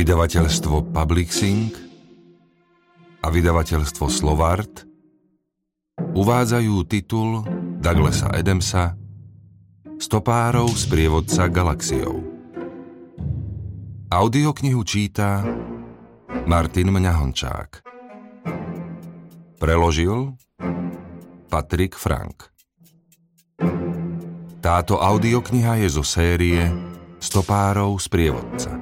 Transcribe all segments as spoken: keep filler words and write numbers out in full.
Vydavateľstvo Publixing a vydavateľstvo Slovart uvádzajú titul Douglasa Adamsa Stopárov sprievodca galaxiou. Audioknihu číta Martin Mňahončák. Preložil Patrik Frank. Táto audiokniha je zo série Stopárov sprievodca.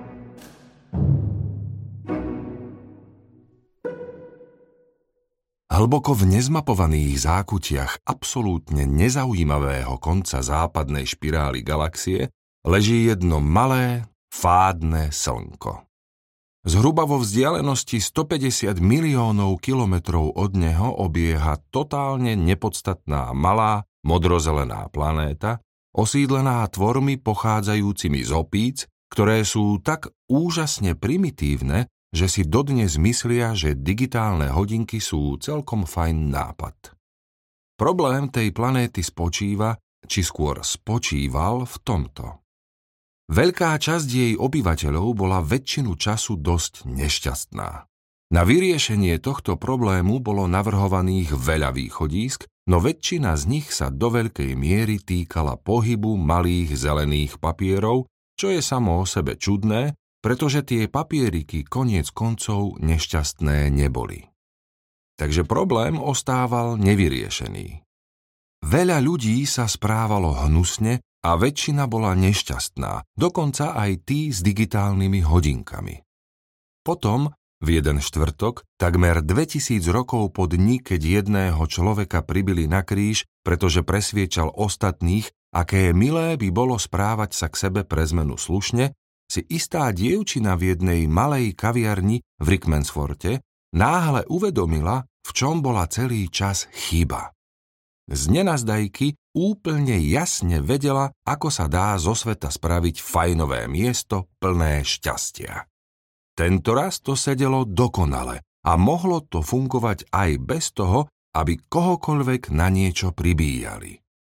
Hlboko v nezmapovaných zákutiach absolútne nezaujímavého konca západnej špirály galaxie leží jedno malé, fádne slnko. Zhruba vo vzdialenosti stopäťdesiat miliónov kilometrov od neho obieha totálne nepodstatná malá, modrozelená planéta, osídlená tvormi pochádzajúcimi z opíc, ktoré sú tak úžasne primitívne, že si dodnes myslia, že digitálne hodinky sú celkom fajn nápad. Problém tej planéty spočíva, či skôr spočíval v tomto. Veľká časť jej obyvateľov bola väčšinu času dosť nešťastná. Na vyriešenie tohto problému bolo navrhovaných veľa východísk, no väčšina z nich sa do veľkej miery týkala pohybu malých zelených papierov, čo je samo o sebe čudné, pretože tie papieriky koniec koncov nešťastné neboli. Takže problém ostával nevyriešený. Veľa ľudí sa správalo hnusne a väčšina bola nešťastná, dokonca aj tí s digitálnymi hodinkami. Potom, v jeden štvrtok, takmer dvetisíc rokov po dni, keď jedného človeka pribili na kríž, pretože presviečal ostatných, aké milé by bolo správať sa k sebe pre zmenu slušne, si istá dievčina v jednej malej kaviarni v Rickmansworte náhle uvedomila, v čom bola celý čas chyba. Z nenazdajky úplne jasne vedela, ako sa dá zo sveta spraviť fajnové miesto plné šťastia. Tentoraz to sedelo dokonale a mohlo to fungovať aj bez toho, aby kohokoľvek na niečo pribíjali.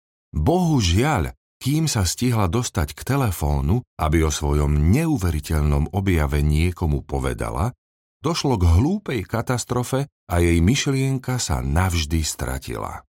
Bohužiaľ, kým sa stihla dostať k telefónu, aby o svojom neuveriteľnom objave niekomu povedala, došlo k hlúpej katastrofe a jej myšlienka sa navždy stratila.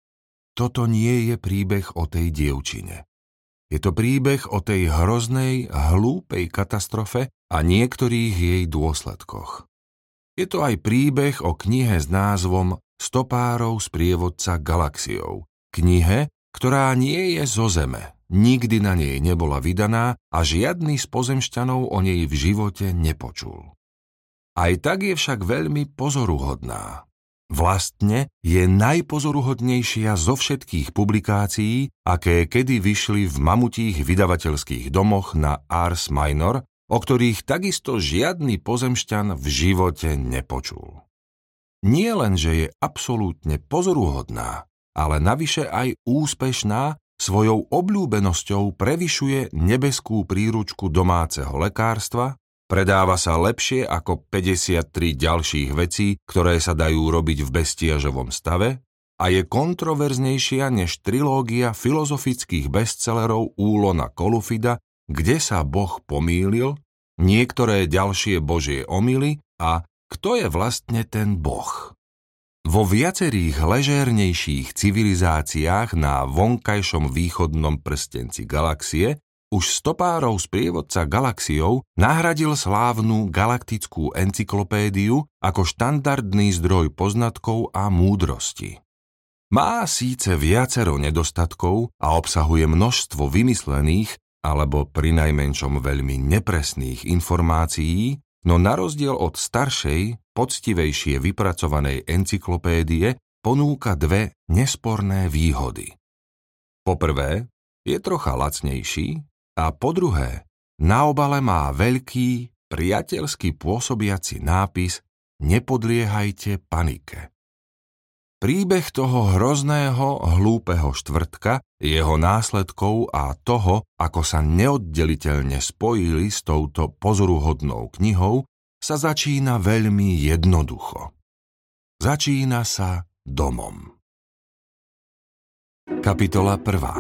Toto nie je príbeh o tej dievčine. Je to príbeh o tej hroznej, hlúpej katastrofe a niektorých jej dôsledkoch. Je to aj príbeh o knihe s názvom Stopárov sprievodca galaxiou. Knihe, ktorá nie je zo Zeme, nikdy na nej nebola vydaná a žiadny z pozemšťanov o nej v živote nepočul. Aj tak je však veľmi pozoruhodná. Vlastne je najpozoruhodnejšia zo všetkých publikácií, aké kedy vyšli v mamutích vydavateľských domoch na Ars Minor, o ktorých takisto žiadny pozemšťan v živote nepočul. Nie len, že je absolútne pozoruhodná, ale navyše aj úspešná, svojou obľúbenosťou prevyšuje nebeskú príručku domáceho lekárstva, predáva sa lepšie ako päťdesiattri ďalších vecí, ktoré sa dajú robiť v bezstiažovom stave a je kontroverznejšia než trilógia filozofických bestsellerov Úlona Kolufida, Kde sa Boh pomýlil, niektoré ďalšie božie omyly a Kto je vlastne ten Boh? Vo viacerých ležérnejších civilizáciách na vonkajšom východnom prstenci galaxie už Stopárov sprievodca galaxiou nahradil slávnu galaktickú encyklopédiu ako štandardný zdroj poznatkov a múdrosti. Má síce viacero nedostatkov a obsahuje množstvo vymyslených alebo prinajmenšom veľmi nepresných informácií, no na rozdiel od staršej, poctivejšie vypracovanej encyklopédie ponúka dve nesporné výhody. Po prvé, je trocha lacnejší a po druhé, na obale má veľký, priateľsky pôsobiaci nápis Nepodliehajte panike. Príbeh toho hrozného, hlúpeho štvrtka, jeho následkov a toho, ako sa neoddeliteľne spojili s touto pozoruhodnou knihou, sa začína veľmi jednoducho. Začína sa domom. Kapitola prvá.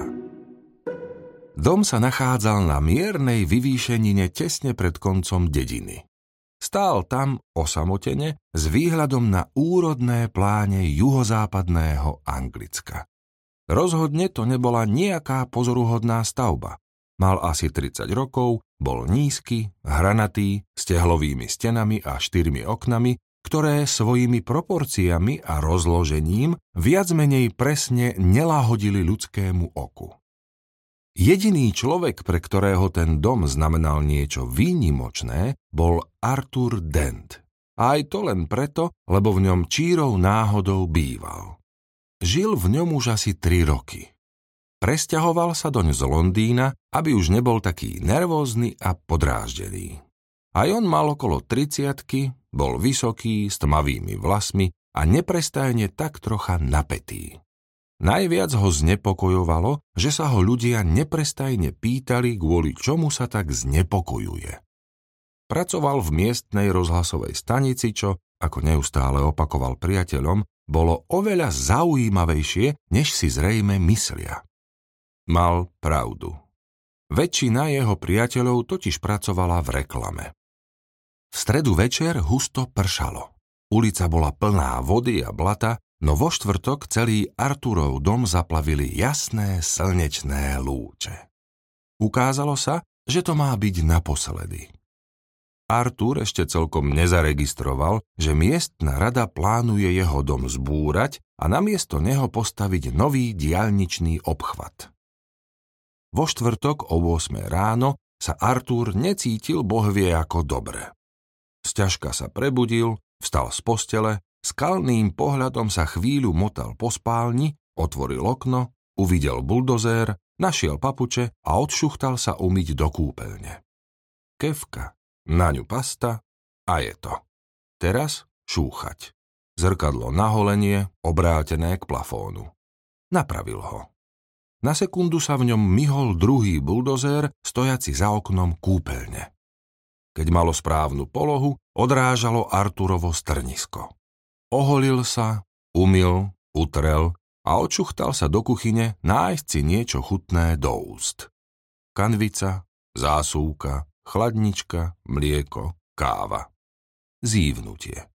Dom sa nachádzal na miernej vyvýšenine tesne pred koncom dediny. Stál tam osamotene s výhľadom na úrodné pláne juhozápadného Anglicka. Rozhodne to nebola nejaká pozoruhodná stavba. Mal asi tridsať rokov, bol nízky, hranatý, s tehlovými stenami a štyrmi oknami, ktoré svojimi proporciami a rozložením viac menej presne neláhodili ľudskému oku. Jediný človek, pre ktorého ten dom znamenal niečo výnimočné, bol Arthur Dent. A aj to len preto, lebo v ňom čírou náhodou býval. Žil v ňom už asi tri roky. Presťahoval sa doň z Londýna, aby už nebol taký nervózny a podráždený. Aj on mal okolo tridsiatky, bol vysoký, s tmavými vlasmi a neprestajne tak trocha napätý. Najviac ho znepokojovalo, že sa ho ľudia neprestajne pýtali, kvôli čomu sa tak znepokojuje. Pracoval v miestnej rozhlasovej stanici, čo, ako neustále opakoval priateľom, bolo oveľa zaujímavejšie, než si zrejme myslia. Mal pravdu. Väčšina jeho priateľov totiž pracovala v reklame. V stredu večer husto pršalo. Ulica bola plná vody a blata, no vo štvrtok celý Arthurov dom zaplavili jasné slnečné lúče. Ukázalo sa, že to má byť naposledy. Arthur ešte celkom nezaregistroval, že miestna rada plánuje jeho dom zbúrať a namiesto neho postaviť nový diaľničný obchvat. Vo štvrtok o ôsmej ráno sa Arthur necítil bohvie ako dobre. Sťažka sa prebudil, vstal z postele, skalným pohľadom sa chvíľu motal po spálni, otvoril okno, uvidel buldozér, našiel papuče a odšuchtal sa umyť do kúpeľne. Kefka, na ňu pasta a je to. Teraz šúchať. Zrkadlo na holenie, obrátené k plafónu. Napravil ho. Na sekundu sa v ňom myhol druhý buldozér, stojaci za oknom kúpeľne. Keď malo správnu polohu, odrážalo Arturovo strnisko. Oholil sa, umyl, utrel a odšuchtal sa do kuchyne nájsť si niečo chutné do úst. Kanvica, zásuvka, chladnička, mlieko, káva. Zívnutie.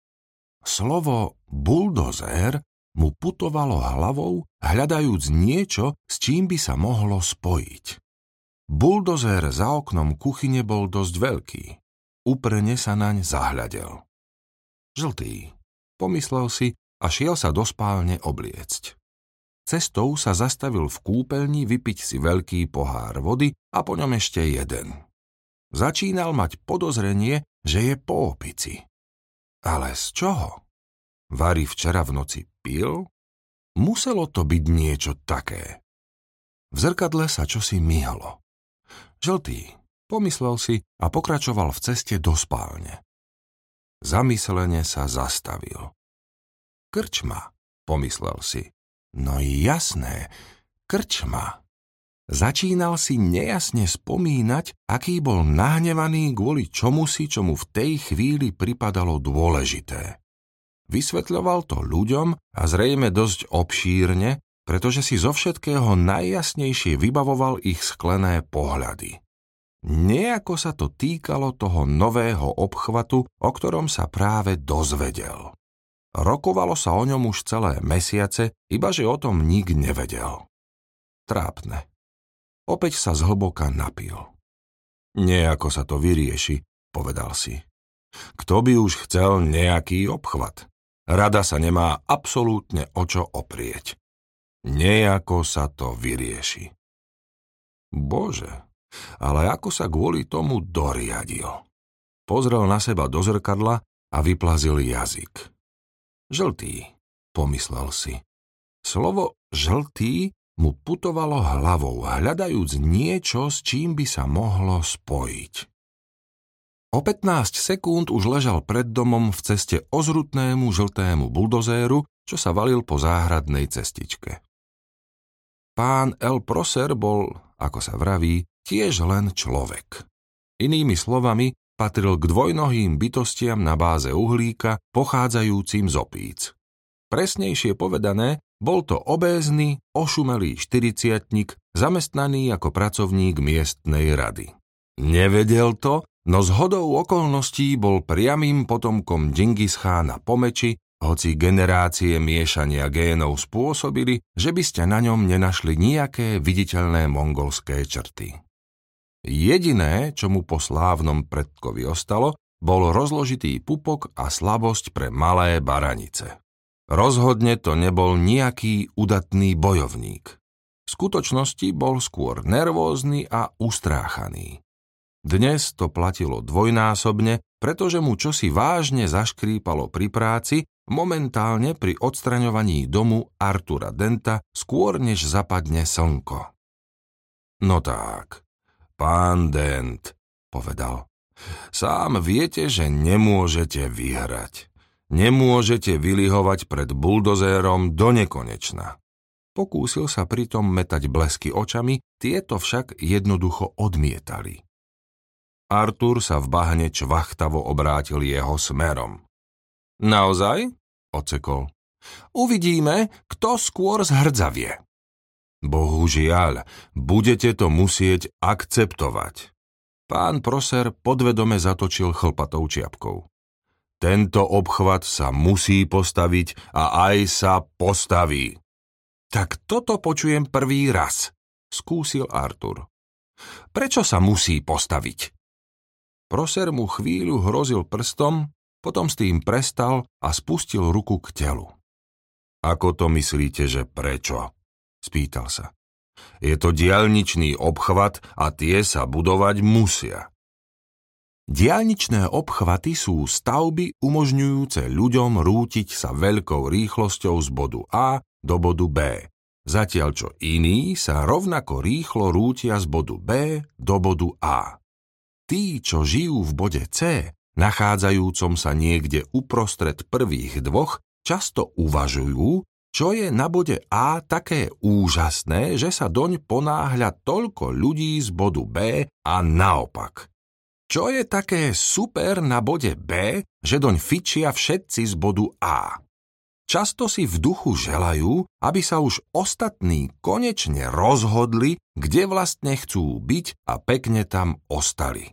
Slovo buldozér mu putovalo hlavou, hľadajúc niečo, s čím by sa mohlo spojiť. Buldozér za oknom kuchyne bol dosť veľký. Úprne sa naň zahľadel. Žltý, pomyslel si a šiel sa do spálne obliecť. Cestou sa zastavil v kúpeľni vypiť si veľký pohár vody a po ňom ešte jeden. Začínal mať podozrenie, že je po opici. Ale z čoho? Vari včera v noci pil? Muselo to byť niečo také. V zrkadle sa čosi myhlo. Žltý, pomyslel si a pokračoval v ceste do spálne. Zamyslene sa zastavil. Krčma, pomyslel si. No jasné, krčma. Začínal si nejasne spomínať, aký bol nahnevaný kvôli čomusi, čo mu v tej chvíli pripadalo dôležité. Vysvetľoval to ľuďom a zrejme dosť obšírne, pretože si zo všetkého najjasnejšie vybavoval ich sklené pohľady. Nejako sa to týkalo toho nového obchvatu, o ktorom sa práve dozvedel. Rokovalo sa o ňom už celé mesiace, ibaže o tom nik nevedel. Trápne. Opäť sa zhlboka napil. Nejako sa to vyrieši, povedal si. Kto by už chcel nejaký obchvat? Rada sa nemá absolútne o čo oprieť. Nejako sa to vyrieši. Bože, ale ako sa kvôli tomu doriadil. Pozrel na seba do zrkadla a vyplazil jazyk. Žltý, pomyslel si. Slovo žltý mu putovalo hlavou, hľadajúc niečo, s čím by sa mohlo spojiť. O pätnásť sekúnd už ležal pred domom v ceste ozrutnému žltému buldozéru, čo sa valil po záhradnej cestičke. Pán El Prosser bol, ako sa vraví, tiež len človek. Inými slovami, patril k dvojnohým bytostiam na báze uhlíka, pochádzajúcim z opíc. Presnejšie povedané, bol to obézny, ošumelý štyridsiatnik, zamestnaný ako pracovník miestnej rady. Nevedel to, No zhodou okolností bol priamym potomkom Džingis-chána po meči, hoci generácie miešania génov spôsobili, že by ste na ňom nenašli nejaké viditeľné mongolské črty. Jediné, čo mu po slávnom predkovi ostalo, bol rozložitý pupok a slabosť pre malé baranice. Rozhodne to nebol nejaký udatný bojovník. V skutočnosti bol skôr nervózny a ustráchaný. Dnes to platilo dvojnásobne, pretože mu čosi vážne zaškrípalo pri práci, momentálne pri odstraňovaní domu Artura Denta skôr než zapadne slnko. No tak, pán Dent, povedal, sám viete, že nemôžete vyhrať. Nemôžete vylihovať pred buldozérom do nekonečna. Pokúsil sa pritom metať blesky očami, tieto však jednoducho odmietali. Artur sa v bahne čvachtavo obrátil jeho smerom. Naozaj? Ocekol. Uvidíme, kto skôr zhrdzavie. Bohužiaľ, budete to musieť akceptovať. Pán Proser podvedome zatočil chlpatou čiapkou. Tento obchvat sa musí postaviť a aj sa postaví. Tak toto počujem prvý raz, skúsil Artur. Prečo sa musí postaviť? Proser mu chvíľu hrozil prstom, potom s tým prestal a spustil ruku k telu. Ako to myslíte, že prečo? Spýtal sa. Je to diaľničný obchvat a tie sa budovať musia. Diaľničné obchvaty sú stavby umožňujúce ľuďom rútiť sa veľkou rýchlosťou z bodu A do bodu B, zatiaľ čo iní sa rovnako rýchlo rútia z bodu B do bodu A. Tí, čo žijú v bode C, nachádzajúcom sa niekde uprostred prvých dvoch, často uvažujú, čo je na bode A také úžasné, že sa doň ponáhľa toľko ľudí z bodu B a naopak. Čo je také super na bode B, že doň fičia všetci z bodu A. Často si v duchu želajú, aby sa už ostatní konečne rozhodli, kde vlastne chcú byť a pekne tam ostali.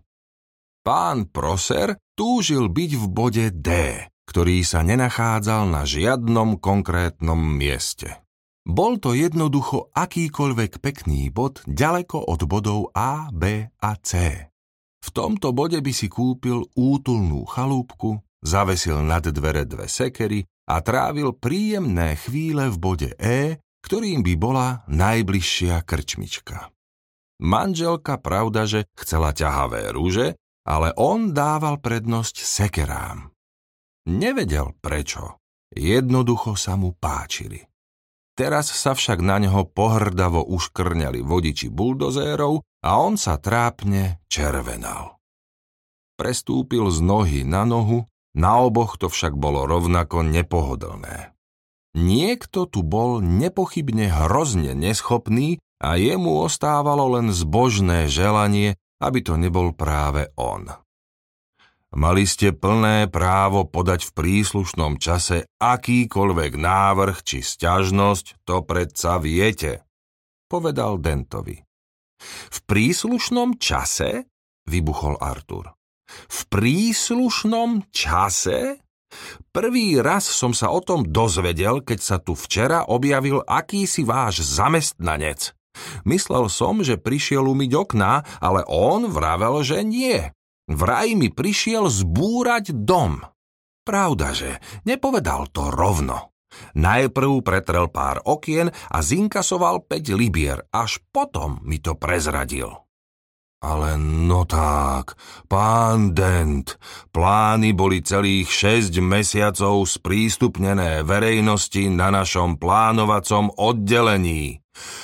Pán Proser túžil byť v bode D, ktorý sa nenachádzal na žiadnom konkrétnom mieste. Bol to jednoducho akýkoľvek pekný bod ďaleko od bodov A, B a C. V tomto bode by si kúpil útulnú chalúbku, zavesil nad dvere dve sekery a trávil príjemné chvíle v bode E, ktorým by bola najbližšia krčmička. Manželka, pravdaže, chcela ťahavé ruže, ale on dával prednosť sekerám. Nevedel prečo, jednoducho sa mu páčili. Teraz sa však na neho pohrdavo uškrňali vodiči buldozérov a on sa trápne červenal. Prestúpil z nohy na nohu, na oboch to však bolo rovnako nepohodlné. Niekto tu bol nepochybne hrozne neschopný a jemu ostávalo len zbožné želanie, aby to nebol práve on. Mali ste plné právo podať v príslušnom čase akýkoľvek návrh či sťažnosť, to predsa viete, povedal Dentovi. V príslušnom čase? Vybuchol Artur. V príslušnom čase? Prvý raz som sa o tom dozvedel, keď sa tu včera objavil akýsi váš zamestnanec. Myslel som, že prišiel umyť okná, ale on vravel, že nie. Vraj mi prišiel zbúrať dom. Pravdaže, nepovedal to rovno. Najprv pretrel pár okien a zinkasoval päť libier, až potom mi to prezradil. Ale no tak, pán Dent, plány boli celých šesť mesiacov sprístupnené verejnosti na našom plánovacom oddelení.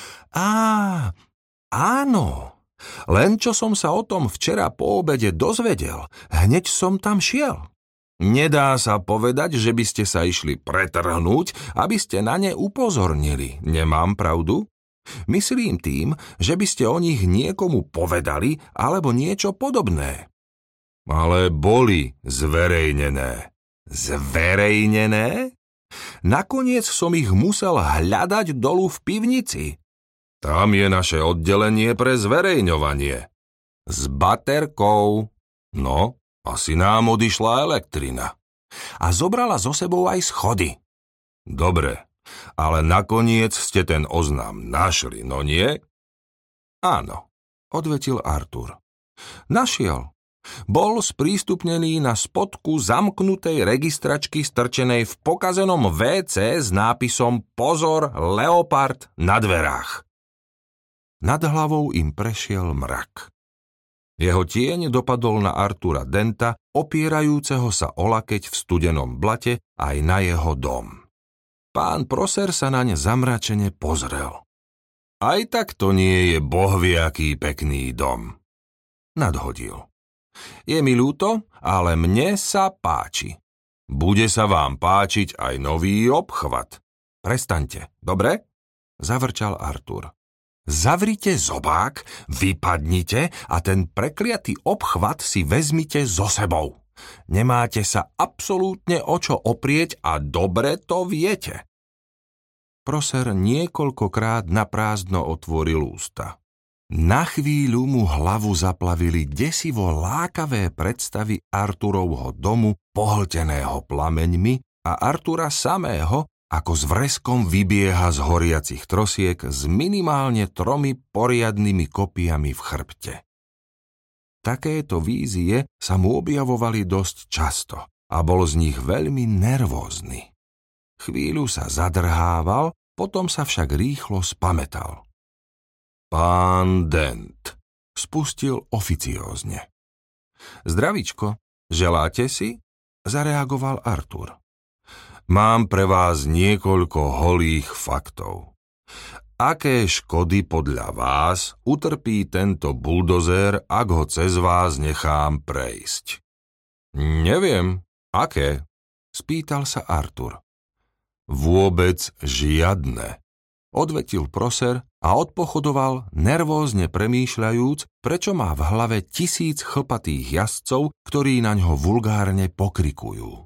Á, áno, len čo som sa o tom včera po obede dozvedel, hneď som tam šiel. Nedá sa povedať, že by ste sa išli pretrhnúť, aby ste na ne upozornili, nemám pravdu? Myslím tým, že by ste o nich niekomu povedali alebo niečo podobné. Ale boli zverejnené. Zverejnené? Nakoniec som ich musel hľadať dolu v pivnici. Tam je naše oddelenie pre zverejňovanie. S baterkou. No, asi nám odišla elektrina. A zobrala so sebou aj schody. Dobre, ale nakoniec ste ten oznám našli, no nie? Áno, odvetil Artur. Našiel. Bol sprístupnený na spodku zamknutej registračky strčenej v pokazenom vé cé s nápisom Pozor, Leopard na dverách. Nad hlavou im prešiel mrak. Jeho tieň dopadol na Artura Denta, opierajúceho sa o lakeť v studenom blate aj na jeho dom. Pán Prosser sa naň zamračene pozrel. Aj tak to nie je bohviaký pekný dom. Nadhodil. Je mi ľúto, ale mne sa páči. Bude sa vám páčiť aj nový obchvat. Prestaňte, dobre? Zavrčal Artur. Zavrite zobák, vypadnite a ten prekliatý obchvat si vezmite so sebou. Nemáte sa absolútne o čo oprieť a dobre to viete. Prosser niekoľkokrát naprázdno otvoril ústa. Na chvíľu mu hlavu zaplavili desivo lákavé predstavy Arturovho domu pohlteného plameňmi a Artura samého, ako s vreskom vybieha z horiacich trosiek s minimálne tromi poriadnymi kopiami v chrbte. Takéto vízie sa mu objavovali dosť často a bol z nich veľmi nervózny. Chvíľu sa zadrhával, potom sa však rýchlo spamätal. Pán Dent, spustil oficiózne. Zdravíčko, želáte si? Zareagoval Artur. Mám pre vás niekoľko holých faktov. Aké škody podľa vás utrpí tento buldozér, ak ho cez vás nechám prejsť? Neviem, aké? Spýtal sa Artur. Vôbec žiadne, odvetil Prosser a odpochodoval, nervózne premýšľajúc, prečo má v hlave tisíc chlpatých jazdcov, ktorí naňho vulgárne pokrikujú.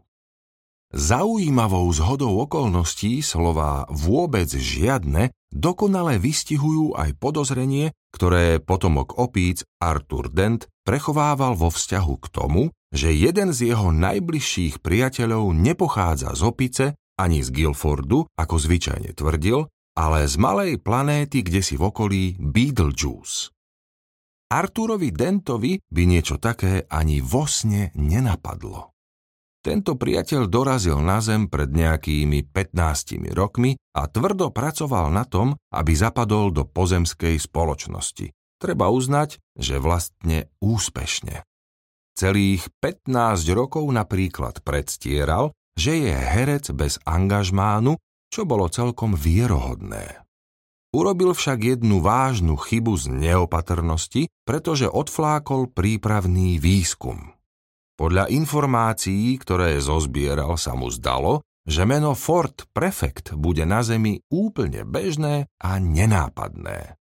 Zaujímavou zhodou okolností slová vôbec žiadne dokonale vystihujú aj podozrenie, ktoré potomok opíc Artur Dent prechovával vo vzťahu k tomu, že jeden z jeho najbližších priateľov nepochádza z opice ani z Guilfordu, ako zvyčajne tvrdil, ale z malej planéty kdesi v okolí Beetlejuice. Arturovi Dentovi by niečo také ani vo sne nenapadlo. Tento priateľ dorazil na zem pred nejakými pätnástimi rokmi a tvrdo pracoval na tom, aby zapadol do pozemskej spoločnosti. Treba uznať, že vlastne úspešne. Celých pätnásť rokov napríklad predstieral, že je herec bez angažmánu, čo bolo celkom vierohodné. Urobil však jednu vážnu chybu z neopatrnosti, pretože odflákol prípravný výskum. Podľa informácií, ktoré zozbieral, sa mu zdalo, že meno Ford Prefect bude na Zemi úplne bežné a nenápadné.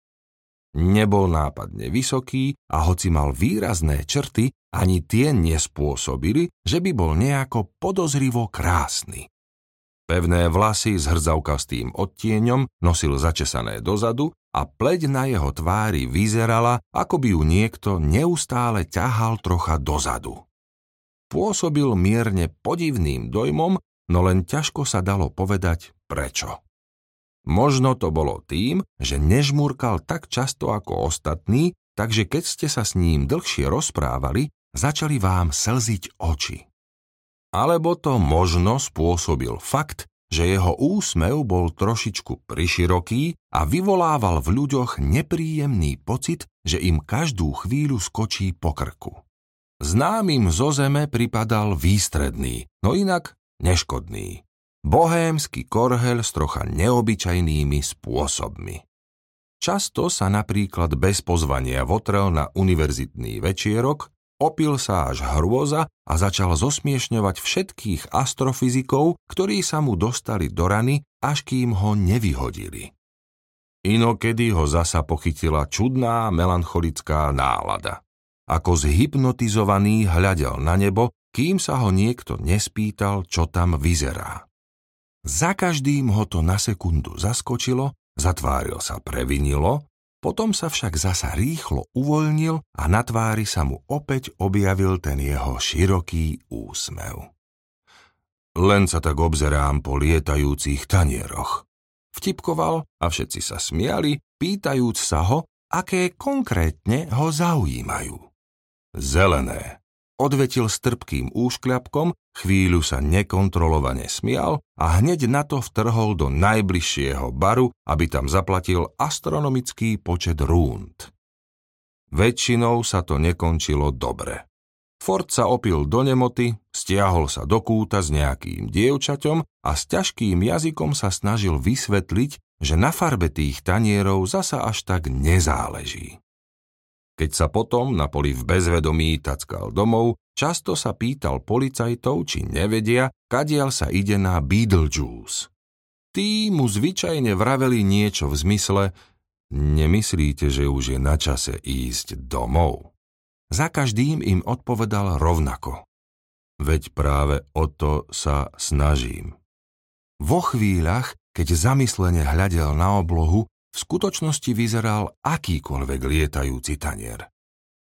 Nebol nápadne vysoký a hoci mal výrazné črty, ani tie nespôsobili, že by bol nejako podozrivo krásny. Pevné vlasy s hrdzavkastým odtieňom nosil začesané dozadu a pleť na jeho tvári vyzerala, ako by ju niekto neustále ťahal trocha dozadu. Pôsobil mierne podivným dojmom, no len ťažko sa dalo povedať prečo. Možno to bolo tým, že nežmurkal tak často ako ostatní, takže keď ste sa s ním dlhšie rozprávali, začali vám slziť oči. Alebo to možno spôsobil fakt, že jeho úsmev bol trošičku priširoký a vyvolával v ľuďoch nepríjemný pocit, že im každú chvíľu skočí po krku. Známym zo zeme pripadal výstredný, no inak neškodný. Bohémsky korheľ s trocha neobyčajnými spôsobmi. Často sa napríklad bez pozvania votrel na univerzitný večierok, opil sa až hrôza a začal zosmiešňovať všetkých astrofyzikov, ktorí sa mu dostali do rany, až kým ho nevyhodili. Inokedy ho zasa pochytila čudná melancholická nálada. Ako zhypnotizovaný hľadel na nebo, kým sa ho niekto nespýtal, čo tam vyzerá. Za každým ho to na sekundu zaskočilo, zatváril sa previnilo, Potom sa však zasa rýchlo uvoľnil a na tvári sa mu opäť objavil ten jeho široký úsmev. Len sa tak obzerám po lietajúcich tanieroch. Vtipkoval a všetci sa smiali, pýtajúc sa ho, aké konkrétne ho zaujímajú. Zelené, odvetil s trpkým úškľapkom, chvíľu sa nekontrolovane smial a hneď na to vtrhol do najbližšieho baru, aby tam zaplatil astronomický počet rúnd. Väčšinou sa to nekončilo dobre. Ford sa opil do nemoty, stiahol sa do kúta s nejakým dievčaťom a s ťažkým jazykom sa snažil vysvetliť, že na farbe tých tanierov zasa až tak nezáleží. Keď sa potom na poli v bezvedomí tackal domov, často sa pýtal policajtov, či nevedia, kadiaľ sa ide na Beetlejuice. Tí mu zvyčajne vraveli niečo v zmysle: nemyslíte, že už je na čase ísť domov? Za každým im odpovedal rovnako: veď práve o to sa snažím. Vo chvíľach, keď zamyslene hľadel na oblohu, v skutočnosti vyzeral akýkoľvek lietajúci tanier.